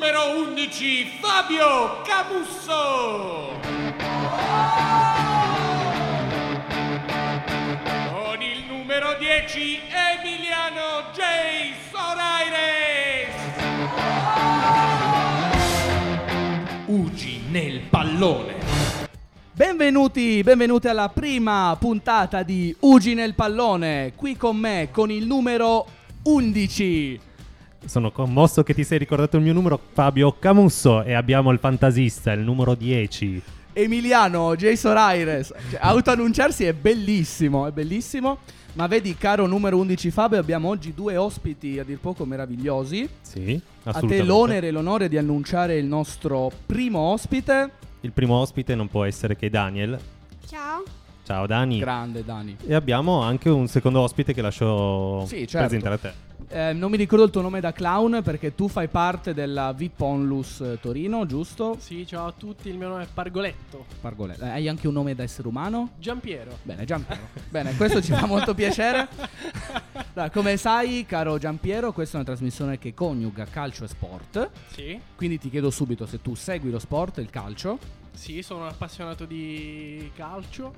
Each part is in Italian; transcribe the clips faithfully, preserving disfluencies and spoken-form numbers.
numero undici Fabio Camusso. Con il numero dieci Emiliano J. Soraires. Ugi nel pallone. Benvenuti, benvenuti alla prima puntata di Ugi nel pallone. Qui con me, con il numero undici. Sono commosso che ti sei ricordato il mio numero, Fabio Camusso, e abbiamo il fantasista, il numero dieci. Emiliano J. Soraires. Cioè, autoannunciarsi è bellissimo, è bellissimo. Ma vedi, caro numero undici Fabio, abbiamo oggi due ospiti a dir poco meravigliosi. Sì, A assolutamente. te l'onere e l'onore di annunciare il nostro primo ospite. Il primo ospite non può essere che Daniel. Ciao. Ciao Dani. Grande Dani. E abbiamo anche un secondo ospite che lascio Sì, certo. presentare a te. Eh, non mi ricordo il tuo nome da clown perché tu fai parte della V I P Onlus Torino, giusto? Sì, ciao a tutti, il mio nome è Pargoletto. Pargoletto. Eh, hai anche un nome da essere umano? Giampiero. Bene, Giampiero. Bene, questo ci fa molto piacere. Dai, come sai, caro Giampiero, questa è una trasmissione che coniuga calcio e sport. Sì. Quindi ti chiedo subito se tu segui lo sport, il calcio. Sì, sono un appassionato di calcio.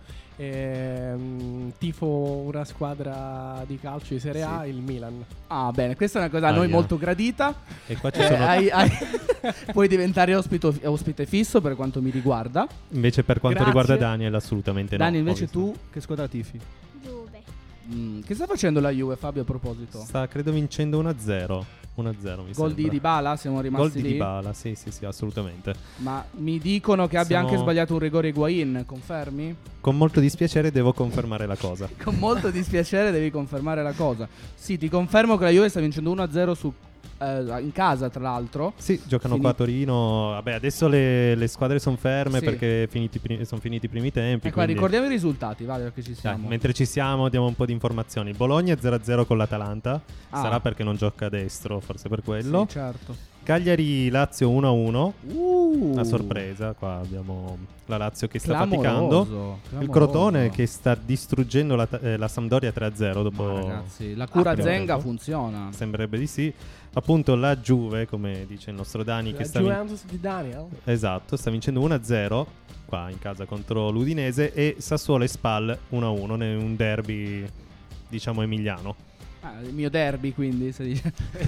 Ehm, tifo una squadra di calcio di Serie A, Sì. il Milan. Ah, bene, questa è una cosa a Ah, noi yeah. molto gradita. E qua ci Eh, sono hai- hai- puoi diventare ospito- ospite fisso per quanto mi riguarda. invece per quanto Grazie. riguarda Daniel assolutamente no. Dani, invece ho visto. tu che squadra tifi? Juve. Mm, che sta facendo la Juve, Fabio, a proposito? Sta credo vincendo uno a zero. uno a zero mi Gol sembra. di Dybala, siamo Gol rimasti di lì. Dybala, sì sì sì, assolutamente. Ma mi dicono che abbia Siamo- anche sbagliato un rigore Higuain, confermi? Con molto dispiacere devo confermare la cosa. Con molto dispiacere devi confermare la cosa. Sì, ti confermo che la Juve sta vincendo uno a zero su, eh, in casa, tra l'altro. Sì, giocano Fini- qua a Torino. Vabbè, adesso le, le squadre sono ferme Sì. perché finiti pri- sono finiti i primi tempi. E qua quindi- ricordiamo i risultati, vale, perché ci Dai, siamo. mentre ci siamo diamo un po' di informazioni. Bologna zero a zero con l'Atalanta. Ah. Sarà perché non gioca a destro, forse per quello. Sì, certo. Cagliari Lazio uno a uno. Uh, Una sorpresa, qua abbiamo la Lazio che sta clamoroso, faticando. Il clamoroso. Crotone che sta distruggendo la, eh, la Sampdoria tre a zero dopo. Ma ragazzi, la cura Ah, primo Zenga tempo. funziona. Sembrerebbe di sì. Appunto la Juve, come dice il nostro Dani, La che sta vin- Juventus di Daniel. Esatto, sta vincendo uno a zero qua in casa contro l'Udinese, e Sassuolo e Spal uno a uno, ne- un derby diciamo emiliano. Ah, il mio derby, quindi, si dice.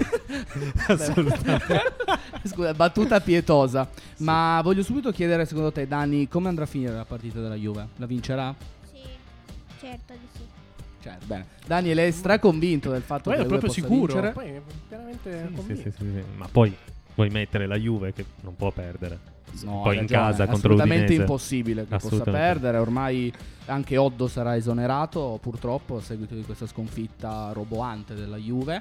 Assolutamente. Scusa, battuta pietosa. Ma voglio subito chiedere, secondo te, Dani, come andrà a finire la partita della Juve? La vincerà? Sì, certo di sì. Cioè, bene. Daniele è straconvinto del fatto Poi che è la Juve proprio possa sicuro. vincere. Poi è veramente Sì, convinto. sì, sì, sì. Ma poi vuoi mettere la Juve che non può perdere. No, poi hai in ragione, casa è contro assolutamente l'Udinese. impossibile che possa Assolutamente. perdere. Ormai anche Oddo sarà esonerato, purtroppo, a seguito di questa sconfitta roboante della Juve.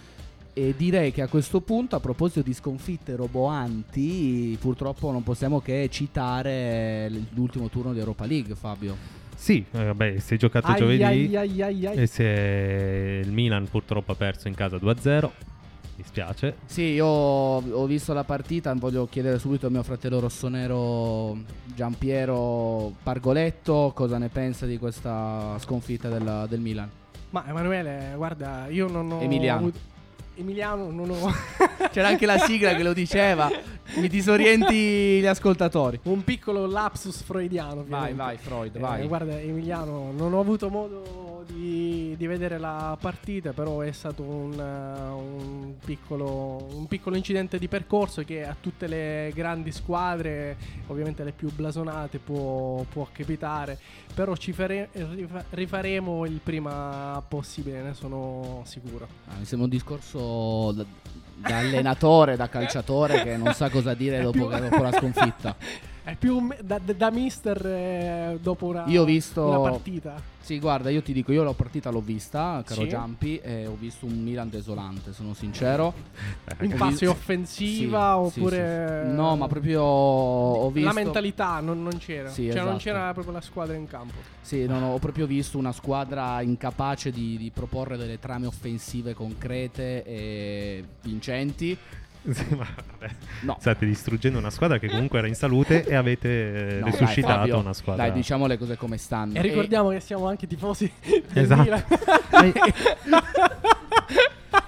E direi che a questo punto, a proposito di sconfitte roboanti, purtroppo non possiamo che citare l'ultimo turno di Europa League, Fabio. Sì, eh, vabbè, si è giocato Ai, giovedì ai, ai, ai, ai. e si è- il Milan purtroppo ha perso in casa due a zero. Mi spiace. Sì, io ho visto la partita, voglio chiedere subito a mio fratello rossonero Giampiero Pargoletto cosa ne pensa di questa sconfitta della- del Milan. Ma Emanuele, guarda, io non ho Emiliano. avuto- Emiliano non ho C'era anche la sigla che lo diceva. Mi disorienti gli ascoltatori. un piccolo lapsus freudiano. Vai, ovviamente. vai, Freud, Eh, vai. guarda Emiliano, non ho avuto modo di, di vedere la partita, però è stato un, uh, un piccolo, un piccolo incidente di percorso che a tutte le grandi squadre, ovviamente le più blasonate, può, può capitare, però ci fare- rifa- rifaremo il prima possibile, ne sono sicuro. Ah, mi sembra un discorso da, da allenatore, da calciatore che non sa cosa dire dopo, più- dopo la sconfitta. È più un me- da, da- da mister eh, dopo una, Io ho visto- una partita. Sì, guarda, io ti dico, io la partita l'ho vista, caro Sì. Giampi, e ho visto un Milan desolante, sono sincero. In Ho fase vi- offensiva Sì, sì, oppure sì, sì. No, ma proprio ho visto la mentalità non, non c'era. Sì, cioè esatto. non c'era proprio la squadra in campo. Sì, non ho proprio visto una squadra incapace di, di proporre delle trame offensive concrete e vincenti. Sì, ma vabbè. No. State distruggendo una squadra che comunque era in salute e avete eh, No, dai, resuscitato Fabio, una squadra. Dai, diciamo le cose come stanno. E ricordiamo che siamo anche tifosi del Esatto. Milan.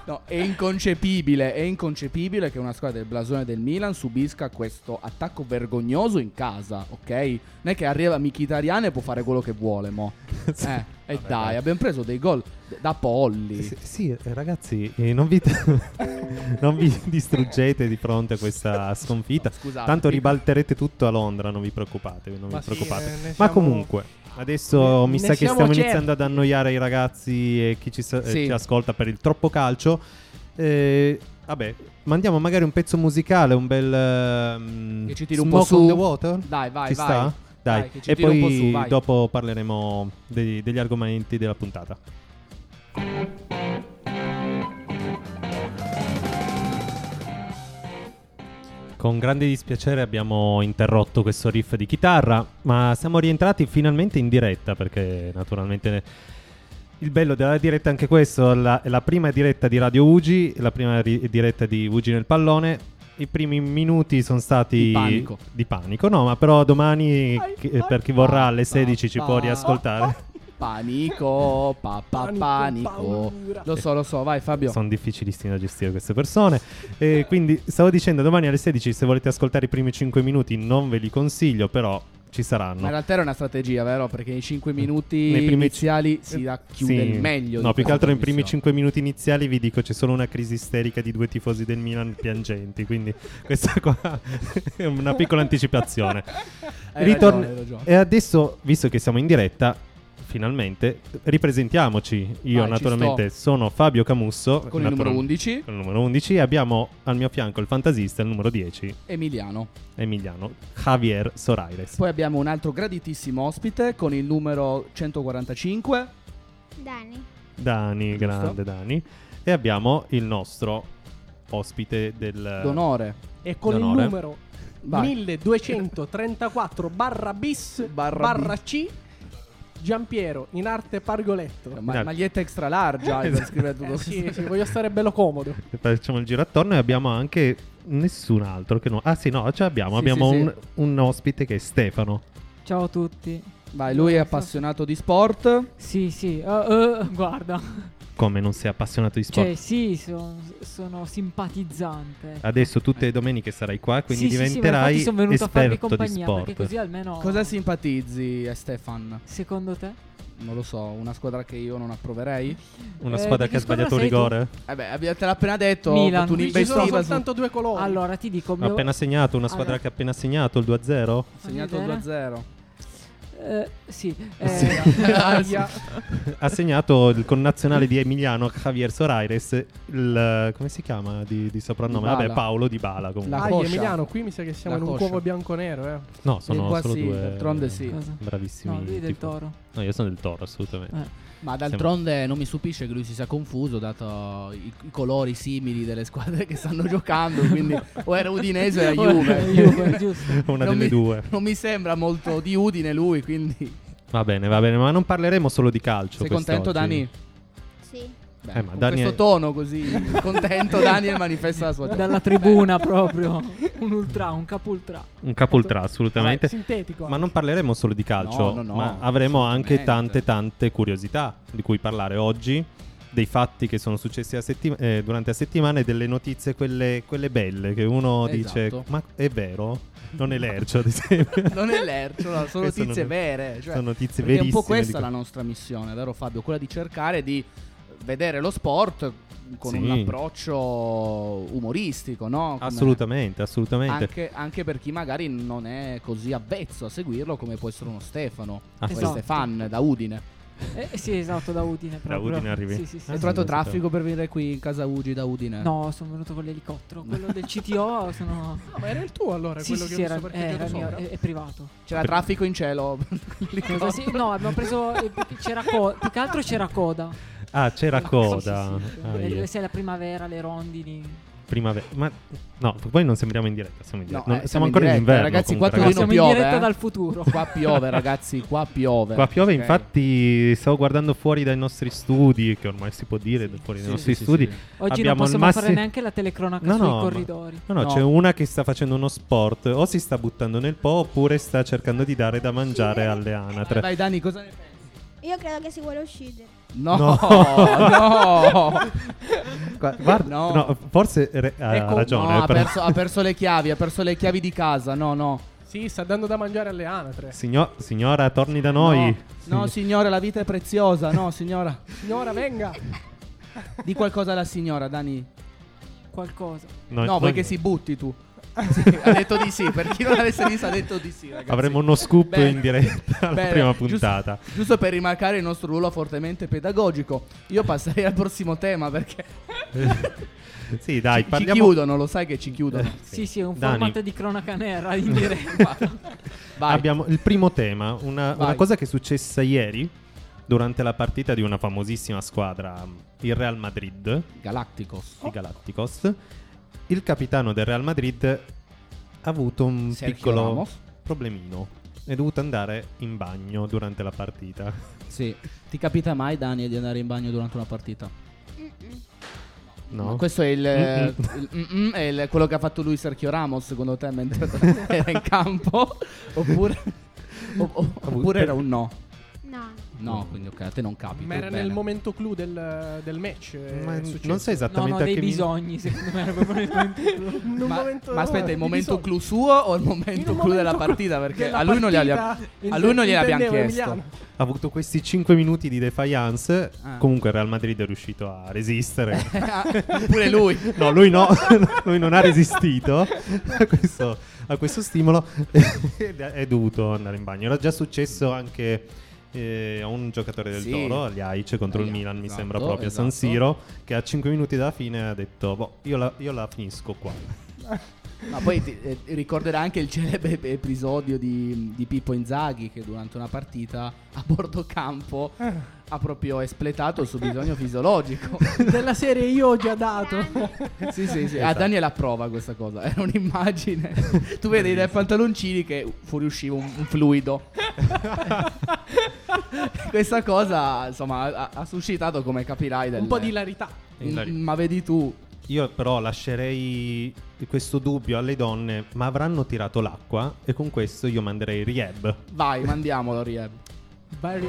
No, è inconcepibile, è inconcepibile che una squadra del blasone del Milan subisca questo attacco vergognoso in casa, ok? Non è che arriva Mkhitaryan e può fare quello che vuole, mo. Sì. Eh, e Vabbè, dai, dai. abbiamo preso dei gol d- da polli. Sì, sì, eh, ragazzi, eh, non, vi non vi distruggete di fronte a questa sconfitta. Scusate. Tanto ribalterete tutto a Londra, non vi preoccupate, non Ma vi sì, preoccupate. eh, ne Ma siamo- comunque, adesso ne- mi ne sa che siamo stiamo certi. iniziando ad annoiare i ragazzi e chi ci, sa- eh, Sì. ci ascolta per il troppo calcio. Eh, vabbè, mandiamo magari un pezzo musicale, un bel ehm, Che ci tiri un Smoke po' su. on the Water. Dai, vai, Ci vai. sta? Dai, Dai, che ci e tiri un po' poi su, vai. dopo parleremo dei- degli argomenti della puntata. Con grande dispiacere abbiamo interrotto questo riff di chitarra, ma siamo rientrati finalmente in diretta perché naturalmente il bello della diretta è anche questo, la, è la prima diretta di Radio Ugi, la prima ri- diretta di Ugi nel pallone. I primi minuti sono stati Di panico. di panico, no, ma però domani Ai, chi- ai, per chi vorrà pa, alle sedici ci pa, può pa. riascoltare. Panico, papà, Panico, panico. paura. Lo so, lo so, vai Fabio. Sono difficilissime da gestire queste persone. E quindi stavo dicendo, domani alle sedici, se volete ascoltare i primi cinque minuti, non ve li consiglio, però ci Ma in saranno. realtà era una strategia, vero? Perché nei cinque minuti Nei primi- iniziali si racchiude Sì. il meglio. No, di più che questa altro nei primi trasmissione. cinque minuti iniziali vi dico c'è solo una crisi isterica di due tifosi del Milan piangenti, quindi questa qua è una piccola anticipazione. Hai Ritorn- ragione, hai ragione. E adesso, visto che siamo in diretta, finalmente ripresentiamoci. Io Vai, ci naturalmente sono Fabio Camusso Con il numero natural- undici, con il numero undici, e abbiamo al mio fianco il fantasista, il numero dieci, Emiliano. Emiliano Javier Soraires. Poi abbiamo un altro graditissimo ospite con il numero centoquarantacinque. Dani. Dani, Giusto. grande Dani. E abbiamo il nostro ospite del D'onore. E con il D'onore. numero Vai. milleduecentotrentaquattro barra bis Barra barra C Giampiero in arte Pargoletto. Ma- Dai. maglietta extra larga per scrivere tutto Eh, sì, questo. sì, voglio stare bello comodo. Facciamo il giro attorno e abbiamo anche nessun altro che no. Ah sì, no, ce l'abbiamo. Sì, abbiamo sì, un, un ospite che è Stefano. Ciao a tutti. Vai, lui è appassionato di sport. Sì, sì, uh, uh, guarda. Come non sei appassionato di sport? Cioè, sì, son- sono simpatizzante. Adesso tutte le domeniche sarai qua, quindi Sì, sì, sì, ma diventerai infatti sono venuto a farvi esperto di compagnia perché sport. così almeno. Cosa simpatizzi, eh, Stefan? Secondo te? Non lo so, una squadra che io non approverei? Una Eh, squadra di che ha che squadra sbagliato un sei tu? rigore. Eh beh, abbi- te l'ha appena detto. Milan. Tu Qui ci sono un'investiva su- soltanto due colori. Allora, ti dico. Ha Mio... appena segnato, una squadra Allora- che ha appena segnato il due a zero. segnato il Fammi due a vedere. zero. Eh, sì. Sì. Eh, Aia. Ha segnato il connazionale di Emiliano, Javier Soraires, il come si chiama di, di soprannome? Dybala. Vabbè, Paolo Di Bala comunque. La Dai, coscia. Emiliano, qui mi sa che siamo La in un coscia. cuovo bianco-nero, eh. No, sono qua solo sì, due. d'altronde sì. Cosa? Bravissimi. No, lui è del tifosi. Toro. No, io sono del Toro, assolutamente. Eh. Ma d'altronde non mi stupisce che lui si sia confuso dato i, i colori simili delle squadre che stanno giocando, quindi o era Udinese o era Juve. Juve, giusto. Una Non delle mi- due. Non mi sembra molto di Udine lui, quindi Va bene, va bene, ma non parleremo solo di calcio. sei contento quest'oggi. Dani? Sì. Beh, Eh, ma con Dani questo è- tono così contento Daniel manifesta la sua gioia. Dalla tribuna proprio. Un ultra, un capo ultra. Un capultra, Vabbè, assolutamente. sintetico. Ma non parleremo solo di calcio, No, no, no, ma avremo anche assolutamente. tante tante curiosità di cui parlare oggi, dei fatti che sono successi la settima- eh, durante la settimana e delle notizie quelle, quelle belle che uno dice Esatto. ma è vero? Non è lercio ad esempio. Non è lercio, no, sono Queste notizie non- vere. Cioè, sono notizie perché è un verissime. po' questa di- la nostra missione, vero Fabio? Quella di cercare di vedere lo sport con Sì. un approccio umoristico, no? Come- Assolutamente, assolutamente. Anche, anche per chi magari non è così avvezzo a seguirlo come può essere uno Stefano o Assolutamente. Stefan da Udine. Eh, sì, esatto, da Udine. Da Proprio. Udine arrivi? Sì, sì, sì. Ah, Hai sì, trovato lo sapevo. traffico per venire qui in casa Ugi da Udine? No, sono venuto con l'elicottero. Quello del C T O sono. No, ma era il tuo allora, Sì, quello sì, che sì, ho era, visto parcheggiato era mio, sopra. è, è privato. C'era traffico in cielo. Cosa, sì, no, abbiamo preso. eh, perché c'era coda. Più che altro c'era coda. Ah, c'era Sì, coda. sì, sì. Ah, Le- yeah. se è la primavera, le rondini. Primavera. Ma no, poi non sembriamo in diretta, siamo in No, diretta. Non- eh, siamo siamo in ancora in, diretta, inverno. ragazzi, comunque, qua No, Torino siamo in piove, diretta eh. dal futuro. Qua piove, ragazzi, qua piove. Qua piove, Ok. infatti stavo guardando fuori dai nostri studi, che ormai si può dire, fuori dai Sì, nostri sì, sì, studi. sì. Oggi Abbiamo non il possiamo massi- fare neanche la telecronaca No, sui no, ma- corridori. No, no, No. c'è una che sta facendo uno sport, o si sta buttando nel po' oppure sta cercando di dare da mangiare alle anatre. Vai Dani, cosa ne pensi? Io credo che si vuole uccidere. No, No. no. Gua- Guarda, No. no, forse re- ha Ecco, ragione. No, eh, ha però- perso, ha perso le chiavi, ha perso le chiavi di casa. No, no. Sì, sta dando da mangiare alle anatre. Signor- signora, torni da noi. No, no, signora, la vita è preziosa. No, signora. Signora, venga. Di qualcosa alla signora, Dani. Qualcosa. Noi- No, vuoi noi- che si butti tu? Sì, ha detto di sì. Per chi non avesse visto, ha detto di sì, ragazzi. Avremo uno scoop Bene. in diretta alla Bene, prima giusto- puntata. Giusto, per rimarcare il nostro ruolo fortemente pedagogico. Io passerei al prossimo tema perché Sì, dai, ci, ci parliamo. chiudono, lo sai che ci chiudono. Sì, sì, è un Dani. format di cronaca nera in diretta. Vai. Abbiamo il primo tema, una, Vai. una cosa che è successa ieri durante la partita di una famosissima squadra, il Real Madrid, Galacticos. i Galacticos. Il capitano del Real Madrid ha avuto un Sergio piccolo Ramos. problemino. È dovuto andare in bagno durante la partita. Sì. Ti capita mai, Dani, di andare in bagno durante una partita? Mm-mm. No? Questo è il, Mm-mm. il- mm-mm, è il- quello che ha fatto lui Sergio Ramos, secondo te, mentre era in campo? Oppure, o- o- oppure era un no? No. No, quindi ok, a te non capita. Ma era bene. nel momento clou del, del match. è Ma successo. non sai No, esattamente no, a dei che min- bisogni, secondo me. Era proprio nel momento clou. In un Ma, momento- ma aspetta, il di momento bisogno. clou suo o il In momento un clou della momento partita? clou Perché della a lui non glieli, partita, a lui non gliel'abbiamo intendevo chiesto. Emiliano. Ha avuto questi cinque minuti di defiance. Ah. Comunque il Real Madrid è riuscito a resistere. Pure lui. No, lui no, lui non ha resistito a questo, a questo stimolo ed è è dovuto andare in bagno. Era già successo anche eh, a un giocatore del Sì. Toro, agli Aice contro il Agli- Milan, mi esatto, sembra proprio a San esatto. Siro, che a cinque minuti dalla fine ha detto, boh, io la, io la finisco qua. Ma poi ti, eh, ricorderai anche il celebre episodio di, di Pippo Inzaghi che durante una partita a bordo campo ha proprio espletato il suo bisogno fisiologico. Della serie io ho già dato. Sì, sì, sì. A Esatto. Daniel approva questa cosa. Era un'immagine. Tu vedi dai pantaloncini che fuoriusciva un, un fluido. Questa cosa, insomma, ha, ha suscitato, come capirai, del, Un po' di ilarità. Mm, ma vedi tu. Io però lascerei questo dubbio alle donne, ma avranno tirato l'acqua? E con questo io manderei rehab. Vai, mandiamolo, Rieb. Vai,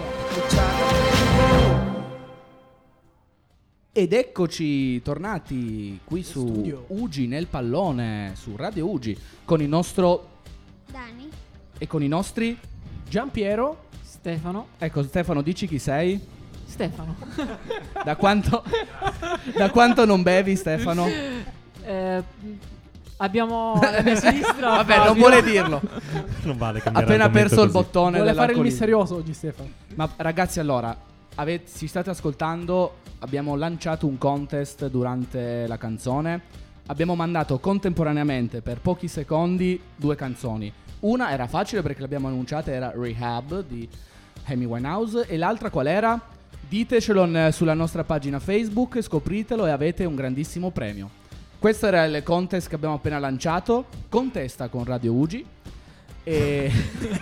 Ed eccoci tornati qui su studio. Ugi nel pallone, su Radio Ugi, con il nostro Dani? e con i nostri. Giampiero. Stefano. Ecco, Stefano, dici chi sei? Stefano. Da quanto da quanto non bevi, Stefano? Eh, abbiamo alla mia sinistra. Vabbè, non Fabio. vuole dirlo. Non vale cambiare Appena argomento perso il così. bottone Vuole fare il dell'alcolismo. misterioso oggi, Stefano. Ma ragazzi, allora, avete, si state ascoltando, abbiamo lanciato un contest durante la canzone. Abbiamo mandato contemporaneamente per pochi secondi due canzoni. Una era facile perché l'abbiamo annunciata, era Rehab di Amy Winehouse. E l'altra qual era? Ditecelo n- sulla nostra pagina Facebook, scopritelo e avete un grandissimo premio. Questo era il contest che abbiamo appena lanciato. Contesta con Radio Ugi. E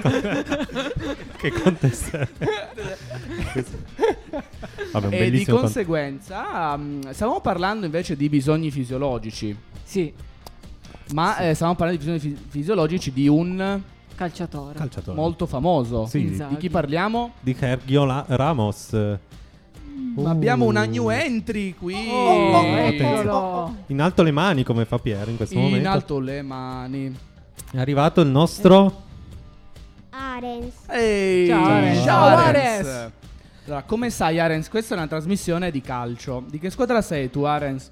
Che contest è? Questo- Vabbè, un E di bellissimo cont- conseguenza um, stavamo parlando invece di bisogni fisiologici. Sì, Ma eh, stavamo parlando di bisogni fi- fisiologici di un calciatore. calciatore. molto famoso. Sì. Inzaghi. Di chi parliamo? Di Sergio La- Ramos. Uh, Abbiamo una new entry qui. Oh, attenzione. eccolo. In alto le mani come fa Pier in questo In momento. alto le mani. È arrivato il nostro Arens. Ehi, Ciao, Arens. ciao, Ciao, Arens. Arens. Allora, come sai, Arens? Questa è una trasmissione di calcio. Di che squadra sei tu, Arens?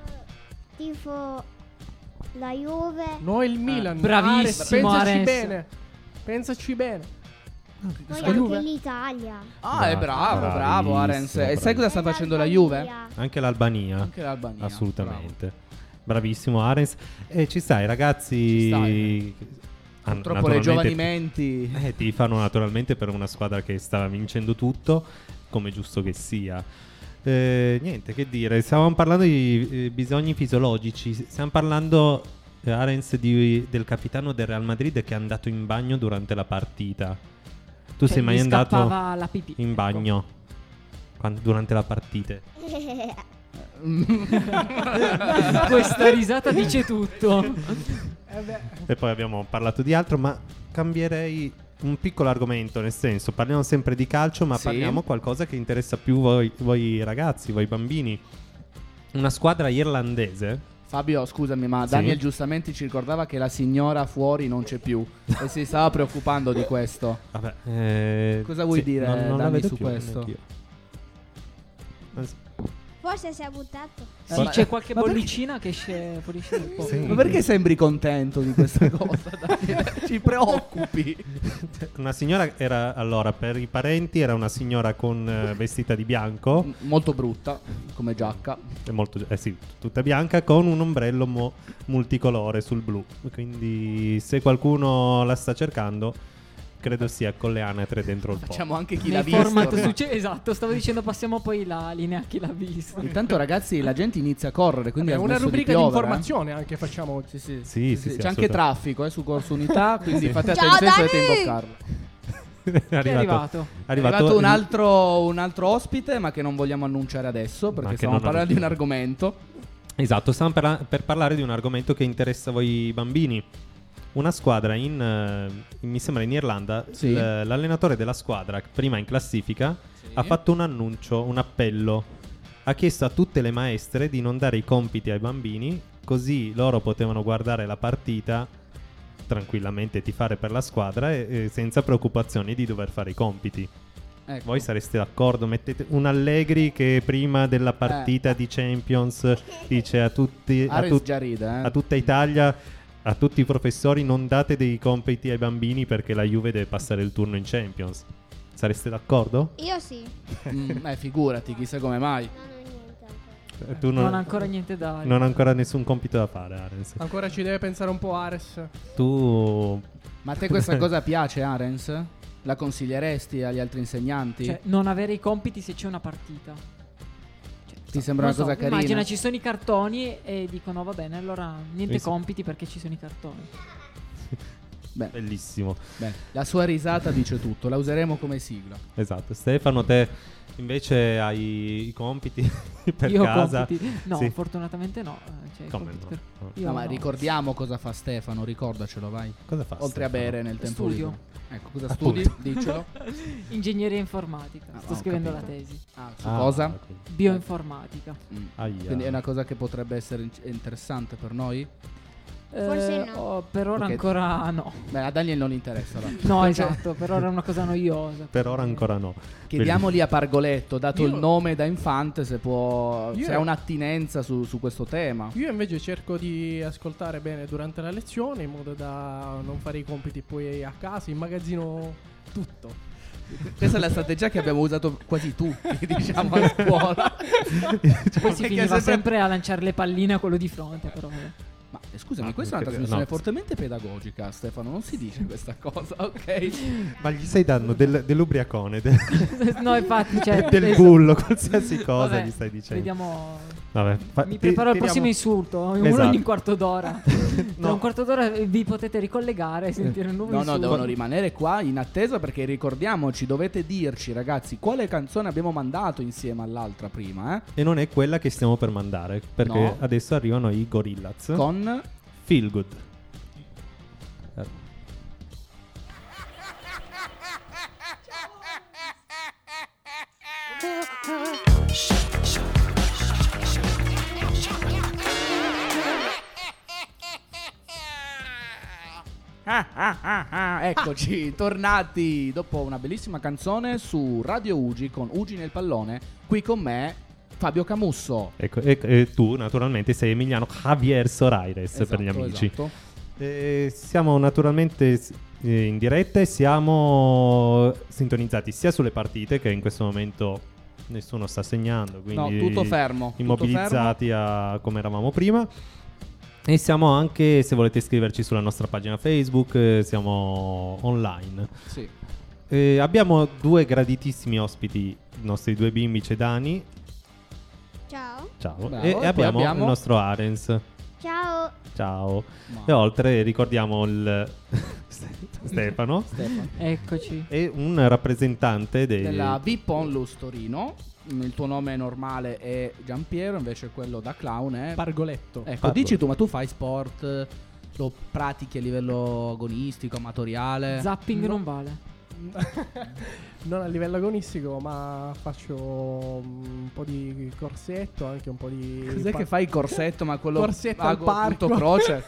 Tifo la Juve. Noi il Milan. Bravissimo, Ares, pensaci Ares. bene. Pensaci bene. Poi La anche Juve. l'Italia. Ah, è bravo, bravo, Bravissimo, Arens. E sai cosa sta E facendo la l'Albania. Juve? anche l'Albania. Anche l'Albania. Assolutamente. Bravissimo Arens. E ci stai, ragazzi. Ci stai. Ah, Purtroppo le naturalmente- giovani menti. Eh, ti fanno naturalmente per una squadra che sta vincendo tutto, come giusto che sia. Eh, niente, che dire, stavamo parlando di eh, bisogni fisiologici. Stiamo parlando, eh, Arens, di- del capitano del Real Madrid che è andato in bagno durante la partita. Tu Cioè, sei mai gli andato scappava la pipì. in Ecco. bagno Quan- durante la partita? Questa risata dice tutto. Eh beh. E poi abbiamo parlato di altro, ma cambierei un piccolo argomento, nel senso, parliamo sempre di calcio, ma Sì. parliamo qualcosa che interessa più voi, voi ragazzi, voi bambini. Una squadra irlandese. Fabio, scusami, ma Sì? Daniel giustamente ci ricordava che la signora fuori non c'è più e si stava preoccupando di questo. Vabbè, eh, Cosa vuoi dire, non, non la Dani, vedo su più, questo? neanch'io. Anzi, Forse si è buttato. Sì, ma- c'è qualche ma perché- bollicina che esce fuoriesce dal po'. Sì. Ma perché sembri contento di questa cosa, Daniel? Ci preoccupi. Una signora era, allora, per i parenti era una signora con eh, vestita di bianco, M- Molto brutta come giacca. è molto, eh sì, tutta bianca, con un ombrello mo- multicolore sul blu. Quindi se qualcuno la sta cercando, credo sia con le anatre dentro il po'. Facciamo anche chi Nei l'ha visto. format ormai. succe- esatto, stavo dicendo passiamo poi la linea a chi l'ha visto. Intanto ragazzi la gente inizia a correre, quindi È ha una smesso rubrica di, di, piovere, informazione anche facciamo oggi. eh. Sì, sì. Sì, sì, sì, C'è anche assolutamente. traffico eh, su Corso Unità, quindi fate Ciao, attenzione se dovete Dani! imboccarlo. è Chi è arrivato? È arrivato un altro, un altro ospite, ma che non vogliamo annunciare adesso Ma perché che stiamo non parlando di un annunciamo. argomento. Esatto, stiamo per, per parlare di un argomento che interessa voi bambini. Una squadra in, eh, in- mi sembra in Irlanda, Sì. l- l'allenatore della squadra, prima in classifica, ha fatto un annuncio, un appello. Ha chiesto a tutte le maestre di non dare i compiti ai bambini, così loro potevano guardare la partita tranquillamente, tifare per la squadra e, e senza preoccupazioni di dover fare i compiti. Ecco. Voi sareste d'accordo? Mettete un Allegri che prima della partita Eh. di Champions dice a tutti, a, Ares tut- già ride, eh. a tutta Italia, a tutti i professori, non date dei compiti ai bambini perché la Juve deve passare il turno in Champions. Sareste d'accordo? Io sì. Mm, eh, figurati, chissà come mai. Non ho niente ancora. Eh, Tu Non ha ancora niente da non ha ancora nessun compito da fare, Arens. Ancora ci deve pensare un po' Ares. Tu Ma a te questa cosa piace, Arens? La consiglieresti agli altri insegnanti? Cioè, non avere i compiti se c'è una partita. Cioè, Ti sembra non una cosa so, carina? Immagina ci sono i cartoni e dicono va bene, allora niente Visto- compiti perché ci sono i cartoni. Beh, bellissimo. beh, la sua risata dice tutto, la useremo come sigla. Esatto. Stefano, te invece hai i compiti per Io ho casa? compiti. No, Sì. fortunatamente no. eh, Cioè, i Come compiti no? per- No. io No, ma no. ricordiamo cosa fa Stefano, ricordacelo, vai. Cosa fa? Oltre a Stefano? bere nel tempo Studio. libero. Ecco, cosa Appunto. studi? Diccelo. Ingegneria informatica. Ah, Sto ho scrivendo capito. la tesi. Ah, su Ah, cosa? quindi- Bioinformatica. Mm. Aia. Quindi è una cosa che potrebbe essere in- interessante per noi? Forse Eh, no. oh, per ora Ok. ancora no. Beh, a Daniel non interessa. va. No, Cioè, esatto, per ora è una cosa noiosa. Per ora ancora no. Chiediamogli a Pargoletto, dato Io- il nome da infante, se può Io- se ha un'attinenza su, su questo tema. Io invece cerco di ascoltare bene durante la lezione in modo da non fare i compiti poi a casa, immagazzino tutto. Questa è la strategia che abbiamo usato quasi tutti, diciamo, a scuola. Poi si Perché finiva sempre- sempre a lanciare le palline a quello di fronte, però. vabbè. Ma eh, scusami, Ah, questa è una no, trasmissione no. fortemente pedagogica, Stefano. Non si dice questa cosa, ok? Ma gli stai dando del- dell'ubriacone, del, No, infatti, cioè, del es- bullo, qualsiasi cosa vabbè, gli stai dicendo. Vediamo. Vabbè, fa- Mi ti- preparo il tiriamo- prossimo insulto, uno Esatto. ogni quarto d'ora. Tra No. un quarto d'ora vi potete ricollegare e sentire un nuovo No, no, insulto. devono rimanere qua in attesa perché ricordiamoci, dovete dirci, ragazzi, quale canzone abbiamo mandato insieme all'altra prima, eh? E non è quella che stiamo per mandare, perché No. adesso arrivano i Gorillaz. Con Feel Good. Eh, Ah, ah, ah, ah, eccoci, tornati dopo una bellissima canzone su Radio Ugi con Ugi nel pallone. Qui con me Fabio Camusso. Ecco, e, e tu naturalmente sei Emiliano Javier Soraires per gli Esatto, amici. esatto. Eh, siamo naturalmente s- eh, in diretta e siamo sintonizzati sia sulle partite che in questo momento nessuno sta segnando, No, quindi tutto fermo. tutto immobilizzati a come eravamo prima. E siamo anche, se volete iscriverci sulla nostra pagina Facebook, eh, siamo online. fermo. Sì. Eh, abbiamo due graditissimi ospiti, i nostri due bimbi Cedani. Ciao. Ciao. Bravo, E, e e poi abbiamo, abbiamo- il nostro Arens. Ciao. Ciao. Ma- E oltre ricordiamo il Stefano Stefano. Eccoci. e un rappresentante dei Della VIP Onlus Torino. Il tuo nome normale è Giampiero, invece quello da clown è... Pargoletto. Ecco, Pargoletto. dici tu, ma tu fai sport, lo pratichi a livello agonistico, amatoriale? Zapping No. non vale. Non a livello agonistico, ma faccio un po' di corsetto, anche un po' di... Cos'è pa- che fai corsetto, ma quello Corsetto al vago, parco. punto croce?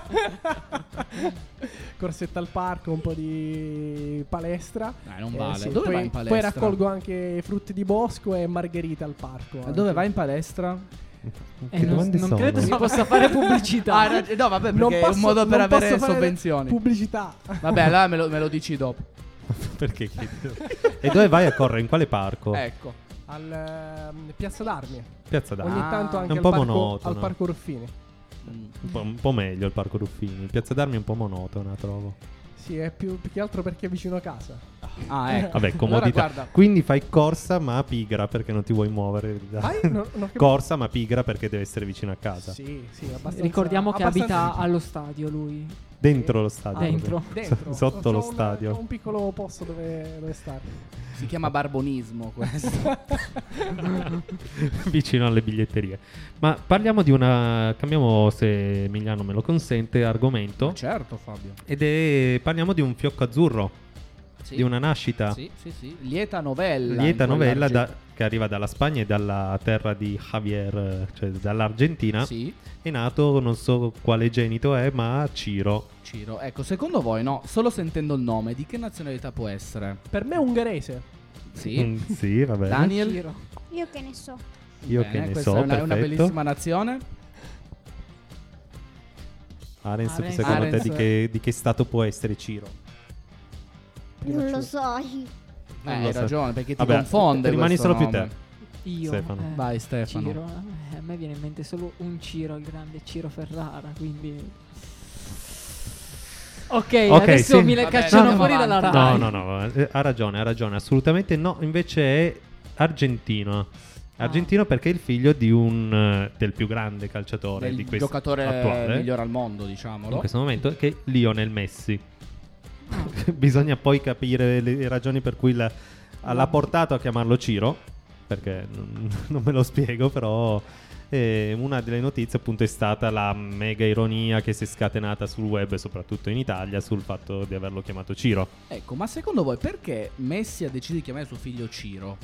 Corsetto al parco, un po' di palestra. Dai, non Eh, vale. sì, Dove poi, vai in palestra? Poi raccolgo anche frutti di bosco e margherita al parco. Ma anche. dove vai in palestra? Eh, Che non, domande non sono? credo si possa fare pubblicità. Ah, rag- no, vabbè, perché Non è posso- un modo per non posso avere fare sovvenzioni. pubblicità. Vabbè, allora me lo, me lo dici dopo. Perché chiedi? E dove vai a correre? In quale parco? Ecco. Al ehm, Piazza d'Armi. Piazza Ogni d'Armi. Ah, tanto anche è un al po' parco, monotono. al parco Ruffini. Mm. Un po', un po' meglio il parco Ruffini. Piazza d'Armi è un po' monotona, trovo. Sì, è più, più che altro perché è vicino a casa. Ah, ecco. Vabbè, comodità. Allora, guarda, Quindi fai corsa ma pigra perché non ti vuoi muovere. Vai? No, non ho capito. Corsa ma pigra perché deve essere vicino a casa. Sì, sì, abbastanza. Ricordiamo che abbastanza- abita allo stadio lui. Dentro lo stadio. Dentro. proprio. Dentro. Sotto C'ho lo un- stadio. c'ho un piccolo posto dove, dove stare. si chiama barbonismo questo. Vicino alle biglietterie. Ma parliamo di una. Cambiamo, se Emiliano me lo consente, argomento. Certo, Fabio. Ed è. Parliamo di un fiocco azzurro. Sì. Di una nascita. Sì, sì, sì. Lieta novella. Lieta in novella da- quell'arge- che arriva dalla Spagna e dalla terra di Javier, cioè dall'Argentina. Sì, È nato, non so quale genito è, ma Ciro. Ciro. Ecco, secondo voi, no, solo sentendo il nome, di che nazionalità può essere? Per me è ungherese. Sì. Mm, sì, va bene. Daniel? Ciro. Io che ne so. Io Bene, che ne questa so, è una, è una perfetto. bellissima nazione. Arens, Arens. secondo Arens. te di che, di che stato può essere Ciro? Non lo so. Eh, Non lo hai so. ragione, perché ti Vabbè, confonde. rimani questo solo più nome. te. Io. Stefano. eh, Vai, Stefano. Ciro. eh, A me viene in mente solo un Ciro, il grande Ciro Ferrara. Quindi. Ok, Ok, adesso sì. mi le Vabbè, cacciano andiamo fuori dalla avanti. Rai. No, no, no, eh, ha ragione, ha ragione, assolutamente no, invece è argentino. Argentino perché è il figlio di un eh, del più grande calciatore Del di questo giocatore attuale migliore al mondo, in diciamolo. questo momento, che è Lionel Messi. Ah. Bisogna poi capire le ragioni per cui la- l'ha portato a chiamarlo Ciro, perché non, non me lo spiego, però eh, una delle notizie appunto è stata la mega ironia che si è scatenata sul web, soprattutto in Italia, sul fatto di averlo chiamato Ciro. Ecco, ma secondo voi perché Messi ha deciso di chiamare suo figlio Ciro?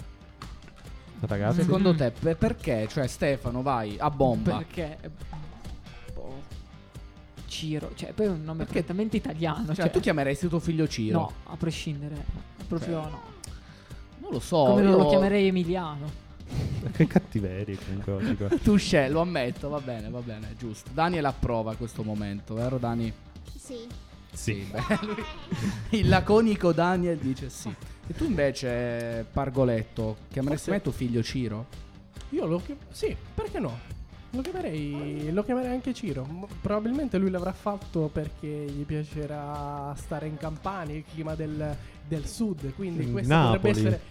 Ragazzi, Secondo te per- perché? Cioè, Stefano, vai a bomba. Perché. eh, boh, Ciro, cioè poi è un nome Perché- perfettamente italiano. Cioè, Cioè, tu chiameresti tuo figlio Ciro? No, a prescindere. Proprio Cioè, no. Non lo so. Come non io- lo chiamerei Emiliano. che cattiveria comunque oggi qua. Tu scegli, lo ammetto, va bene, va bene, giusto. Daniel approva questo momento, vero Dani? Sì. Sì. beh, lui- il laconico Daniel dice sì. E tu invece, Pargoletto, chiameresti Forse- mai tuo figlio Ciro? Io lo chiam- sì, perché no? Lo chiamerei, lo chiamerei anche Ciro. M- Probabilmente lui l'avrà fatto perché gli piacerà stare in Campania, il clima del, del sud. Quindi Mm, questa potrebbe Napoli. essere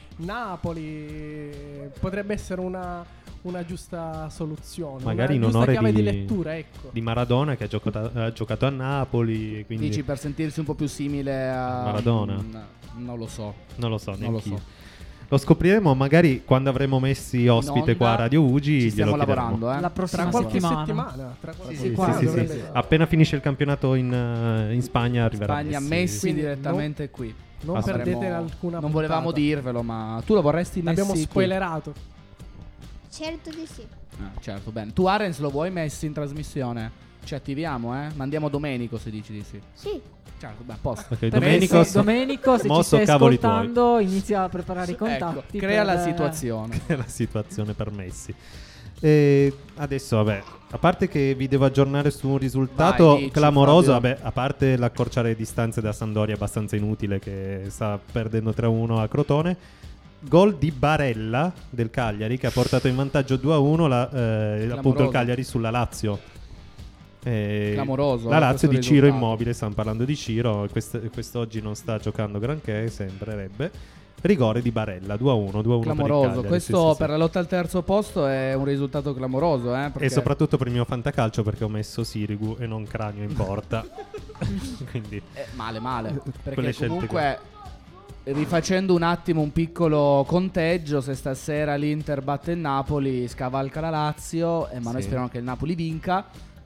Napoli. Potrebbe essere una, una giusta soluzione. Magari in una giusta onore chiave di, di lettura, ecco. di Maradona che ha giocato, ha giocato a Napoli, quindi Dici per sentirsi un po' più simile a Maradona? Mm, non lo so. non lo so Non lo neanche io. so. Lo scopriremo magari quando avremo messi ospite onda, qua a Radio Ugi. Ci stiamo glielo chiederemo. lavorando, eh. La prossima Tra qualche settimana. settimana. Tra qualche Sì, Sì, qua sì, sì, dovrebbe- sì. Appena finisce il campionato in, eh, in Spagna arriverà Spagna Messi. Messi Quindi direttamente qui. Non Avremo- perdete alcuna Non volevamo puntata. dirvelo, ma tu lo vorresti Messi L'abbiamo qui? spoilerato. Certo di sì. Ah, certo, bene. Tu Arens lo vuoi Messi in trasmissione? Ci attiviamo, eh? Mandiamo Domenico se dici di sì. Sì. Certo, beh, a posto. Ok, Perfetto. Domenico, so- Domenico, se ci mo so stai cavoli ascoltando, inizia a preparare i Ecco, contatti. crea per- la situazione. è la situazione per Messi. E adesso, vabbè, a parte che vi devo aggiornare su un risultato Vai, dici, clamoroso, Fabio. vabbè, a parte l'accorciare le distanze da Sampdoria abbastanza inutile che sta perdendo tre a uno a Crotone. Gol di Barella del Cagliari che ha portato in vantaggio due a uno la, eh, appunto il Cagliari sulla Lazio. Eh, Clamoroso, La eh, Lazio questo di Ciro risultato. Immobile, stiamo parlando di Ciro, quest- quest'oggi non sta giocando granché, sembrerebbe. Rigore di Barella, due a uno, due a uno per il Clamoroso. Cagliari, Questo sì, sì, sì. per la lotta al terzo posto è un risultato clamoroso, eh? Perché E soprattutto per il mio fantacalcio perché ho messo Sirigu e non Cranio in porta. Quindi eh, male, male. Quelle Perché scelte comunque, rifacendo un attimo un piccolo conteggio, se stasera l'Inter batte il Napoli, scavalca la Lazio, eh, ma noi Sì. speriamo che il Napoli vinca.